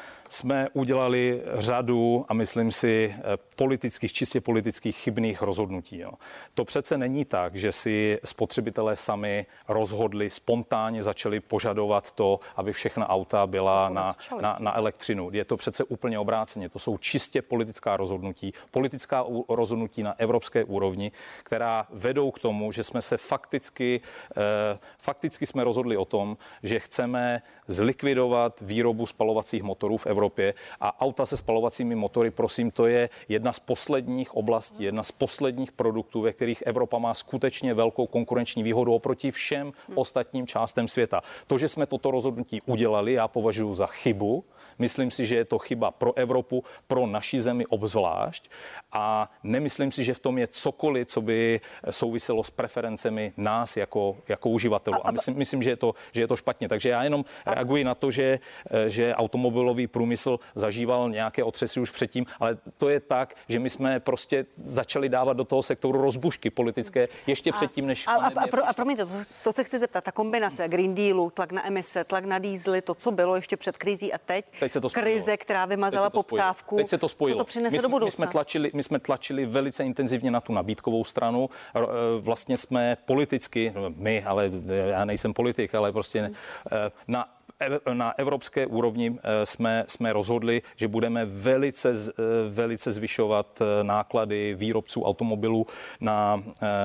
jsme udělali řadu a myslím si politických, čistě politických chybných rozhodnutí. Jo. To přece není tak, že si spotřebitelé sami rozhodli, spontánně začali požadovat to, aby všechna auta byla na, na, na elektřinu. Je to přece úplně obráceně. To jsou čistě politická rozhodnutí, politická rozhodnutí na evropské úrovni, která vedou k tomu, že jsme se fakticky, eh, fakticky jsme rozhodli o tom, že chceme zlikvidovat výrobu spalovacích motorů v Evropě. Evropě a auta se spalovacími motory, prosím, to je jedna z posledních oblastí, jedna z posledních produktů, ve kterých Evropa má skutečně velkou konkurenční výhodu oproti všem ostatním částem světa. To, že jsme toto rozhodnutí udělali, já považuji za chybu. Myslím si, že je to chyba pro Evropu, pro naši zemi obzvlášť a nemyslím si, že v tom je cokoliv, co by souviselo s preferencemi nás jako, jako uživatelů. A myslím, myslím že, je to, že je to špatně. Takže já jenom reaguji na to, že, že automobilový průmysl zažíval nějaké otřesy už předtím, ale to je tak, že my jsme prostě začali dávat do toho sektoru rozbušky politické ještě a, předtím, než... A, a, a, pro, a promiňte, to, to se chci zeptat, ta kombinace Green Dealu, tlak na emise, tlak na dízly, to, co bylo ještě před krizí a teď, teď se to krize, která vymazala poptávku, teď se to spojilo. Co to přinese my, do budoucna? My jsme, tlačili, my jsme tlačili velice intenzivně na tu nabídkovou stranu. Vlastně jsme politicky, my, ale já nejsem politik, ale prostě na na evropské úrovni jsme, jsme rozhodli, že budeme velice, velice zvyšovat náklady výrobců automobilů na,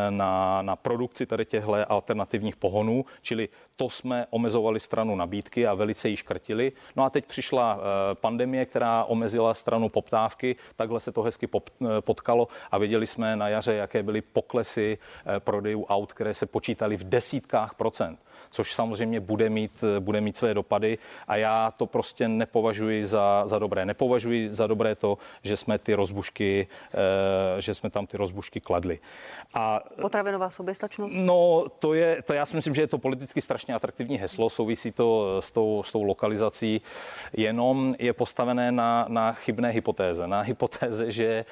na, na produkci tady těchto alternativních pohonů, čili to jsme omezovali stranu nabídky a velice ji škrtili. No a teď přišla pandemie, která omezila stranu poptávky, takhle se to hezky potkalo a viděli jsme na jaře, jaké byly poklesy prodejů aut, které se počítaly v desítkách procent, což samozřejmě bude mít, bude mít své dopady a já to prostě nepovažuji za, za dobré. Nepovažuji za dobré to, že jsme ty rozbušky, že jsme tam ty rozbušky kladli. A potravinová soběstačnost? No, to je, to já si myslím, že je to politicky strašně atraktivní heslo, souvisí to s tou, s tou lokalizací, jenom je postavené na, na chybné hypotéze. Na hypotéze, že,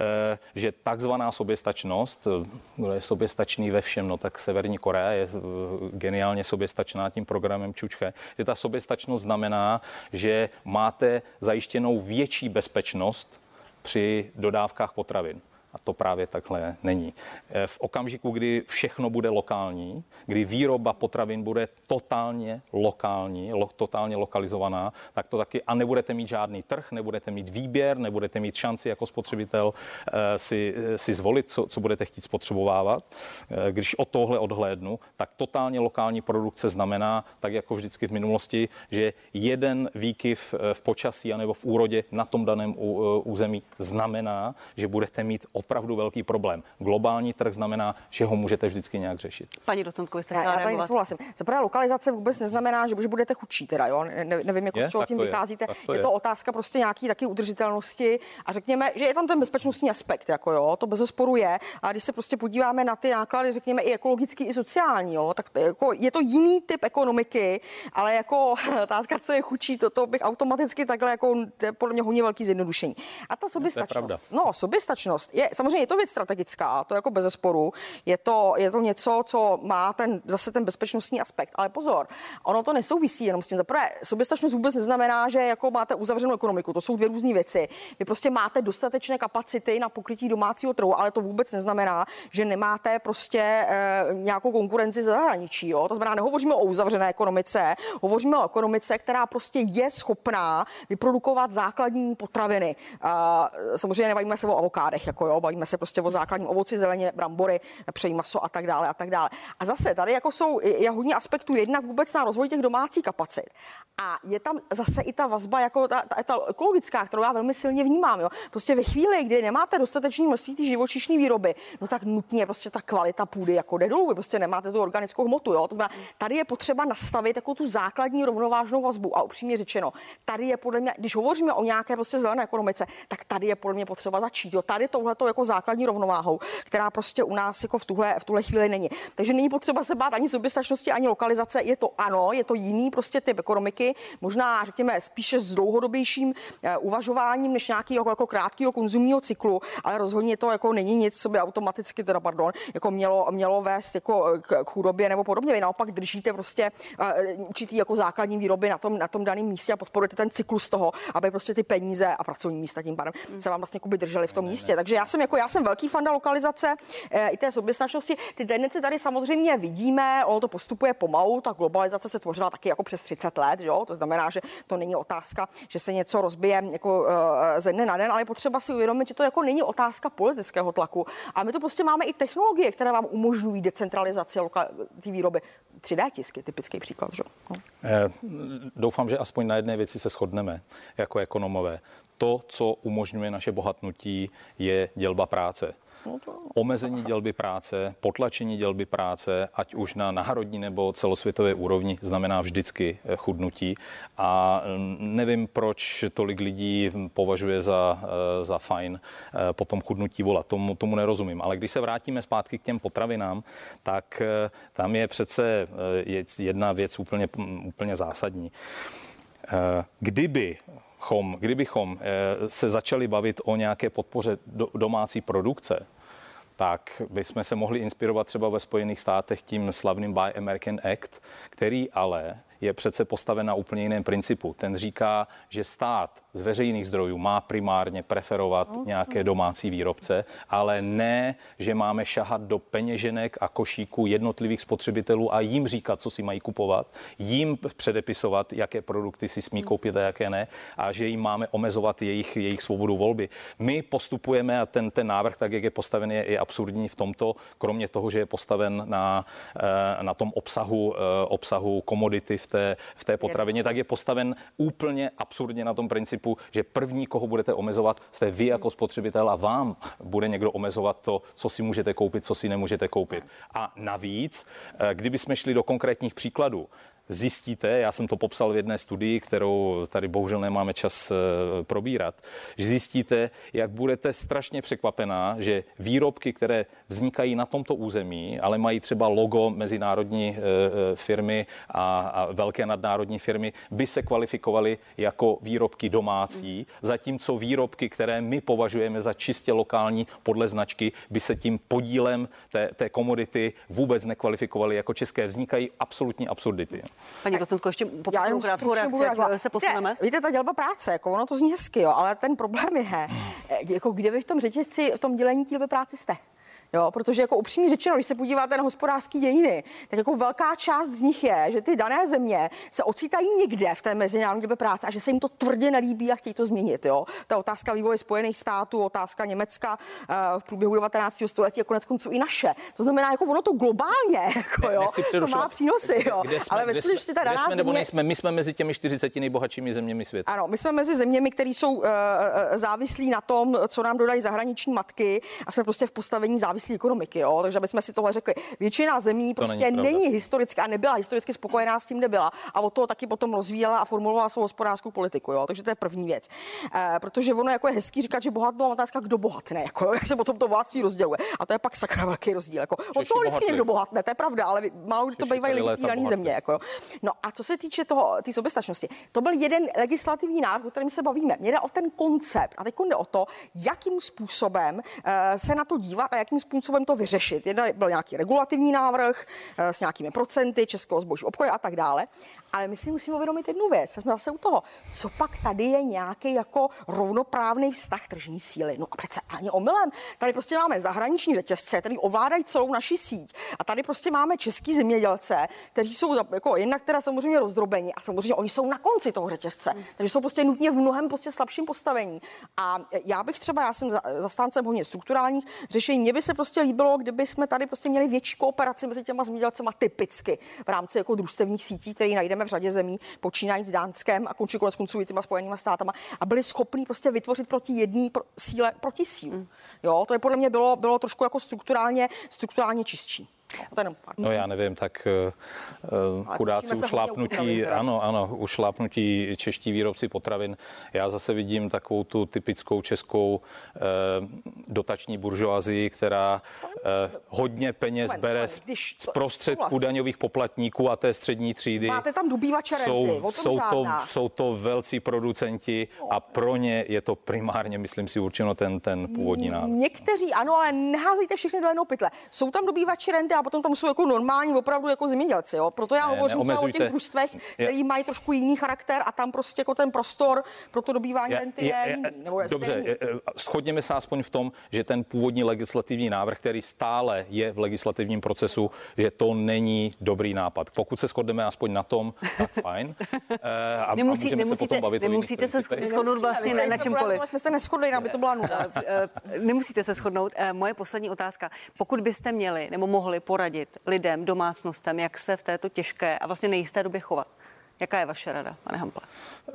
že takzvaná soběstačnost, kdo je soběstačný ve všem, no tak Severní Korea je geniálně soběstačná tím programem Čučche, že ta soběstačnost znamená, že máte zajištěnou větší bezpečnost při dodávkách potravin. A to právě takhle není. V okamžiku, kdy všechno bude lokální, kdy výroba potravin bude totálně lokální, lo, totálně lokalizovaná, tak to taky a nebudete mít žádný trh, nebudete mít výběr, nebudete mít šanci jako spotřebitel eh, si, si zvolit, co, co budete chtít spotřebovávat. Eh, když od tohle odhlédnu, tak totálně lokální produkce znamená, tak jako vždycky v minulosti, že jeden výkyv v počasí anebo v úrodě na tom daném území znamená, že budete mít opravdu velký problém. Globální trh znamená, že ho můžete vždycky nějak řešit. Paní docentko, jste já, chtěla já tady reagovat? nesouhlasím. Za prvé lokalizace vůbec neznamená, že, že budete chudší, teda, jo? Ne, nevím, jako je, z čeho tím to vycházíte. Je, to je, je to otázka prostě nějaký taky udržitelnosti a řekněme, že je tam ten bezpečnostní aspekt, jako jo, to bezesporu je. A když se prostě podíváme na ty náklady, řekněme i ekologický, i sociální, jo, tak to, jako, je to jiný typ ekonomiky, ale jako otázka, co je chudší, to, to bych automaticky takhle jako podle mě hodně velký zjednodušení. A ta soběstačnost. No, soběstačnost je samozřejmě je to věc strategická, to jako bezesporu. Je to, je to něco, co má ten zase ten bezpečnostní aspekt. Ale pozor, ono to nesouvisí jenom s tím. Zaprvé, soběstačnost vůbec neznamená, že jako máte uzavřenou ekonomiku. To jsou dvě různé věci. Vy prostě máte dostatečné kapacity na pokrytí domácího trhu, ale to vůbec neznamená, že nemáte prostě e, nějakou konkurenci ze zahraničí. Jo? To znamená, nehovoříme o uzavřené ekonomice, hovoříme o ekonomice, která prostě je schopná vyprodukovat základní potraviny. E, samozřejmě nebavíme se o avokádech, jako jo, bavíme se prostě o základním ovoci, zeleně, brambory, přejí maso a tak dále a tak dále. A zase tady jako jsou je hodně aspektů, jednak vůbec na rozvoj těch domácích kapacit. A je tam zase i ta vazba jako ta, ta, ta ekologická, kterou já velmi silně vnímám, jo. Prostě ve chvíli, kdy nemáte dostatečné množství té živočišné výroby, no tak nutně prostě ta kvalita půdy jako jde dolů, vy prostě nemáte tu organickou hmotu, jo. To znamená, tady je potřeba nastavit jako tu základní rovnovážnou vazbu a upřímně řečeno, tady je podle mě, když hovoříme o nějaké prostě zelené ekonomice, tak tady je podle mě potřeba začít, jo. Tady touhletou jako základní rovnováhou, která prostě u nás jako v tuhle v tuhle chvíli není. Takže není potřeba se bát ani soběstačnosti, ani lokalizace. Je to ano, je to jiný prostě typ ekonomiky, možná řekněme spíše s dlouhodobějším uh, uvažováním než nějaký jako, jako krátkého konzumního cyklu, ale rozhodně to jako není nic, co by automaticky teda pardon, jako mělo mělo vést jako k, k chudobě nebo podobně. Vy naopak držíte prostě uh, určitý jako základní výroby na tom na tom daném místě a podporujete ten cyklus toho, aby prostě ty peníze a pracovní místa tím pádem mm. se vám vlastně jako by drželi v tom ne, místě. Ne. Takže já jsem jako já jsem velký fanda lokalizace uh, i té soběstačnosti. Ty tendence tady samozřejmě vidíme, ono to postupuje pomalu, ta globalizace se tvořila taky jako přes třicet let, jo? To znamená, že to není otázka, že se něco rozbije jako uh, ze dne na den, ale je potřeba si uvědomit, že to jako není otázka politického tlaku. A my to prostě máme i technologie, které vám umožňují decentralizaci té výroby. tři dé tisky, typický příklad, že? No. Eh, doufám, že aspoň na jedné věci se shodneme jako ekonomové. To, co umožňuje naše bohatnutí, je dělba práce. Omezení dělby práce, potlačení dělby práce, ať už na národní nebo celosvětové úrovni, znamená vždycky chudnutí. A nevím, proč tolik lidí považuje za, za fajn potom chudnutí volat. Tomu, tomu nerozumím. Ale když se vrátíme zpátky k těm potravinám, tak tam je přece jedna věc úplně, úplně zásadní. Kdyby Kdybychom se začali bavit o nějaké podpoře domácí produkce, tak bychom se mohli inspirovat třeba ve Spojených státech tím slavným Buy American Act, který ale je přece postaven na úplně jiném principu. Ten říká, že stát z veřejných zdrojů má primárně preferovat nějaké domácí výrobce, ale ne, že máme šahat do peněženek a košíků jednotlivých spotřebitelů a jim říkat, co si mají kupovat, jim předepisovat, jaké produkty si smí koupit a jaké ne, a že jim máme omezovat jejich, jejich svobodu volby. My postupujeme a ten, ten návrh, tak jak je postaven, je, je absurdní v tomto, kromě toho, že je postaven na, na tom obsahu, obsahu komodity v té, v té potravině, tak je postaven úplně absurdně na tom principu, že první, koho budete omezovat, jste vy jako spotřebitel a vám bude někdo omezovat to, co si můžete koupit, co si nemůžete koupit. A navíc, kdyby jsme šli do konkrétních příkladů, zjistíte, já jsem to popsal v jedné studii, kterou tady bohužel nemáme čas probírat, že zjistíte, jak budete strašně překvapená, že výrobky, které vznikají na tomto území, ale mají třeba logo mezinárodní firmy a, a velké nadnárodní firmy, by se kvalifikovaly jako výrobky domácí, zatímco výrobky, které my považujeme za čistě lokální podle značky, by se tím podílem té, té komodity vůbec nekvalifikovaly jako české. Vznikají absolutní absurdity. Paní docentko, ještě poprosím krátkou reakci, jak se posuneme. Víte, víte, ta dělba práce, jako ono to zní hezky, jo, ale ten problém je, jako kde vy v tom řetězci, v tom dělení dělby práce jste. Jo, protože jako upřímně řečeno, když se podíváte na hospodářské dějiny, tak jako velká část z nich je, že ty dané země se ocitají někde v té mezinárodní době práce a že se jim to tvrdě nelíbí a chtějí to změnit. Jo. Ta otázka vývoje Spojených států, otázka Německa uh, v průběhu devatenáctého století a konec konců i naše. To znamená, jako ono to globálně, jako, jo, to má přínosy. Jo. Kde jsme, ale ve skutečnosti si ta daná jsme, nebo země... nejsme, my jsme mezi těmi čtyřiceti nejbohatšími zeměmi světa. Ano, my jsme mezi zeměmi, které jsou uh, závislí na tom, co nám dodají zahraniční matky a jsme prostě v postavení závislí ekonomiky, jo? Takže abychom si tohle řekli. Většina zemí to prostě není, není historicky a nebyla historicky spokojená s tím, kde byla a od toho taky potom rozvíjela a formulovala svou hospodářskou politiku, jo? Takže to je první věc. E, protože ono jako je hezký říkat, že bohatnou, a otázka, kdo bohatne, jako, jak se potom to bohatství rozděluje. A to je pak sakra velký rozdíl. Jako. Od toho vždycky někdo bohatne, to je pravda, ale málo kdy to bývají lidi daný země. Jako. No a co se týče toho, té soběstačnosti, to byl jeden legislativní návrh, o kterém se bavíme. Mně jde o ten koncept a teď jde o to, jakým způsobem e, se na to dívat a jakým způsobem to vyřešit. Jedna byl nějaký regulativní návrh e, s nějakými procenty českého zboží obchodu a tak dále. Ale my si musíme uvědomit jednu věc. Jsme zase u toho, co pak tady je nějaký jako rovnoprávný vztah tržní síly. No a přece ani omylem. Tady prostě máme zahraniční řetězce, který ovládají celou naši síť. A tady prostě máme český zemědělce, kteří jsou jako jednak teda samozřejmě rozdrobeni a samozřejmě oni jsou na konci toho řetězce. Takže jsou prostě nutně v mnohem prostě slabším postavení. A já bych třeba, já jsem zastáncem hodně strukturálních řešení. Mně by se prostě líbilo, kdyby jsme tady prostě měli větší kooperaci mezi těma zemědělcíma typicky v rámci jako družstevních sítí, které najdeme v řadě zemí, počínají s Dánskem a končí konec konců i těma Spojenými státama a byli schopní prostě vytvořit proti jedné pro, síle proti sílu. Jo, to je podle mě bylo, bylo trošku jako strukturálně, strukturálně čistší. No já nevím, tak uh, chudáci ušlápnutí, ano, ano, ušlápnutí čeští výrobci potravin. Já zase vidím takovou tu typickou českou uh, dotační buržoazii, která uh, hodně peněz bere z, z prostředků daňových poplatníků a té střední třídy. Máte tam dobývače renty, jsou, jsou, to, jsou to velcí producenti a pro ně je to primárně, myslím si, určeno ten, ten původní návrh. Někteří ano, ale neházejte všechny do jednoho pytle. Jsou tam dobývači renty a potom tam jsou jako normální opravdu jako zemědělci, jo. Proto já ne, hovořím třeba o těch družstvech, který mají trošku jiný charakter a tam prostě jako ten prostor pro to dobývání je, renty je, je jiný. Nebo je dobře, je, shodněme se aspoň v tom, že ten původní legislativní návrh, který stále je v legislativním procesu, že to není dobrý nápad. Pokud se shodneme aspoň na tom, tak fajn. A, Nemusí, a můžeme nemusíte, se potom bavit nemusíte se shodnout vlastně na, na čemkoliv. Jsme se neshodli, aby to byla nuda. Nemusíte se shodnout. Moje poslední otázka. Pokud byste měli nebo mohli poradit lidem, domácnostem, jak se v této těžké a vlastně nejisté době chovat. Jaká je vaše rada, pane Hample? Uh,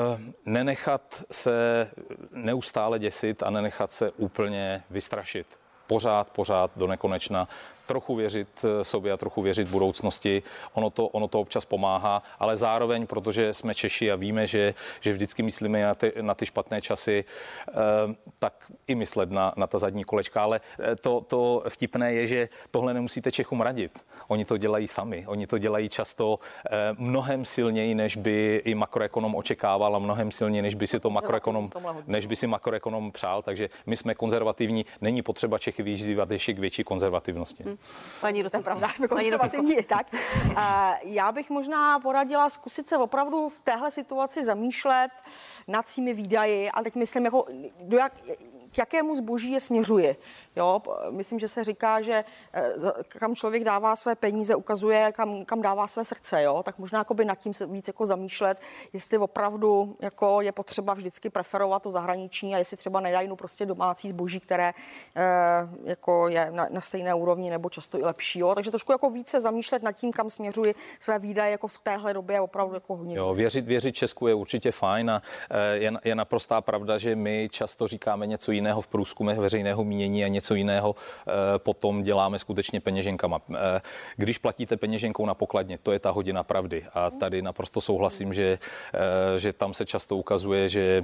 nenechat se neustále děsit a nenechat se úplně vystrašit. Pořád, pořád do nekonečna. Trochu věřit sobě a trochu věřit budoucnosti. Ono to, ono to občas pomáhá, ale zároveň, protože jsme Češi a víme, že, že vždycky myslíme na ty, na ty špatné časy, eh, tak i myslet na, na ta zadní kolečka. Ale to, to vtipné je, že tohle nemusíte Čechům radit. Oni to dělají sami. Oni to dělají často eh, mnohem silněji, než by i makroekonom očekával a mnohem silněji, než by si to makroekonom, než by si makroekonom přál. Takže my jsme konzervativní. Není potřeba Čechy vyzývat ještě k větší konzervativnosti. Hmm. Paní to je pravda, jsme konzervativní i tak. A já bych možná poradila zkusit se opravdu v téhle situaci zamýšlet nad svými výdaji, ale teď myslím, jako, do jak, k jakému zboží je směřuje. Jo, myslím, že se říká, že kam člověk dává své peníze, ukazuje, kam, kam dává své srdce. Jo? Tak možná by nad tím se víc jako zamýšlet, jestli opravdu jako je potřeba vždycky preferovat to zahraniční a jestli třeba nedají no prostě domácí zboží, které eh, jako je na, na stejné úrovni nebo často i lepší. Jo? Takže trošku jako více zamýšlet nad tím, kam směřuji své výdaje jako v téhle době je opravdu jako hodně. Jo, věřit, věřit Česku je určitě fajn a je, je naprostá pravda, že my často říkáme něco jiného v průzkumech veřejného mínění a něco jiného potom děláme skutečně peněženkama. Když platíte peněženkou na pokladně, to je ta hodina pravdy. A tady naprosto souhlasím, že, že tam se často ukazuje, že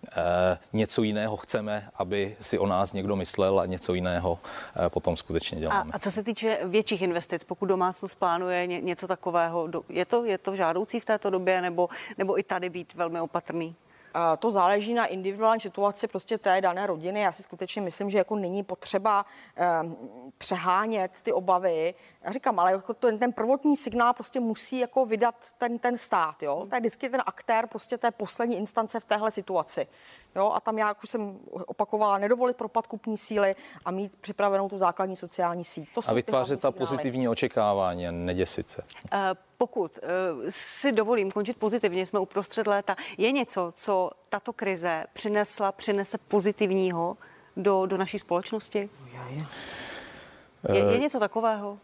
něco jiného chceme, aby si o nás někdo myslel a něco jiného potom skutečně děláme. A, a co se týče větších investic, pokud domácnost plánuje ně, něco takového, je to, je to žádoucí v této době nebo, nebo i tady být velmi opatrný? To záleží na individuální situaci prostě té dané rodiny. Já si skutečně myslím, že jako není potřeba přehánět ty obavy. Já říkám, ale jako ten, ten prvotní signál prostě musí jako vydat ten, ten stát. Jo? To je vždycky ten aktér prostě té poslední instance v téhle situaci. Jo? A tam já, jak už jsem opakovala, nedovolit propad kupní síly a mít připravenou tu základní sociální síť. To a vytvářet ta pozitivní očekávání a neděsit se. Uh, pokud uh, si dovolím končit pozitivně, jsme uprostřed léta, je něco, co tato krize přinesla, přinese pozitivního do, do naší společnosti? Je, je něco takového?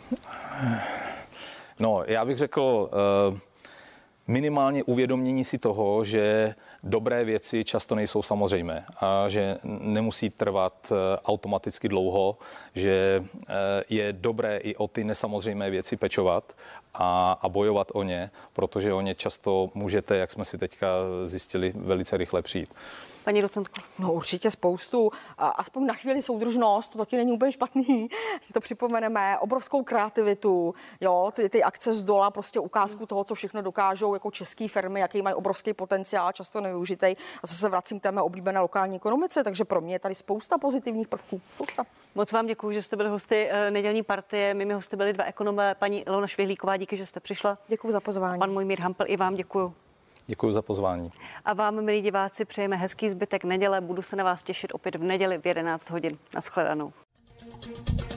No, já bych řekl uh, minimálně uvědomění si toho, že dobré věci často nejsou samozřejmé a že nemusí trvat uh, automaticky dlouho, že uh, je dobré i o ty nesamozřejmé věci pečovat a, a bojovat o ně, protože o ně často můžete, jak jsme si teďka zjistili, velice rychle přijít. Paní docentko. No určitě spoustu. A aspoň na chvíli soudržnost, to taky není úplně špatný, si to připomeneme, obrovskou kreativitu, jo, ty, ty akce z dola, prostě ukázku toho, co všechno dokážou jako české firmy, jaký mají obrovský potenciál, často nevyužitej. A zase vracím k té mé oblíbené lokální ekonomice, takže pro mě je tady spousta pozitivních prvků. Spousta. Moc vám děkuji, že jste byli hosty nedělní partie. Mými hosty byli dva ekonomé, paní Ilona Švihlíková, díky, že jste přišla. Děkuji za pozvání. Pan Mojmír Hampl, i vám děkuji. Děkuji za pozvání. A vám, milí diváci, přejeme hezký zbytek neděle. Budu se na vás těšit opět v neděli v jedenáct hodin. Naschledanou.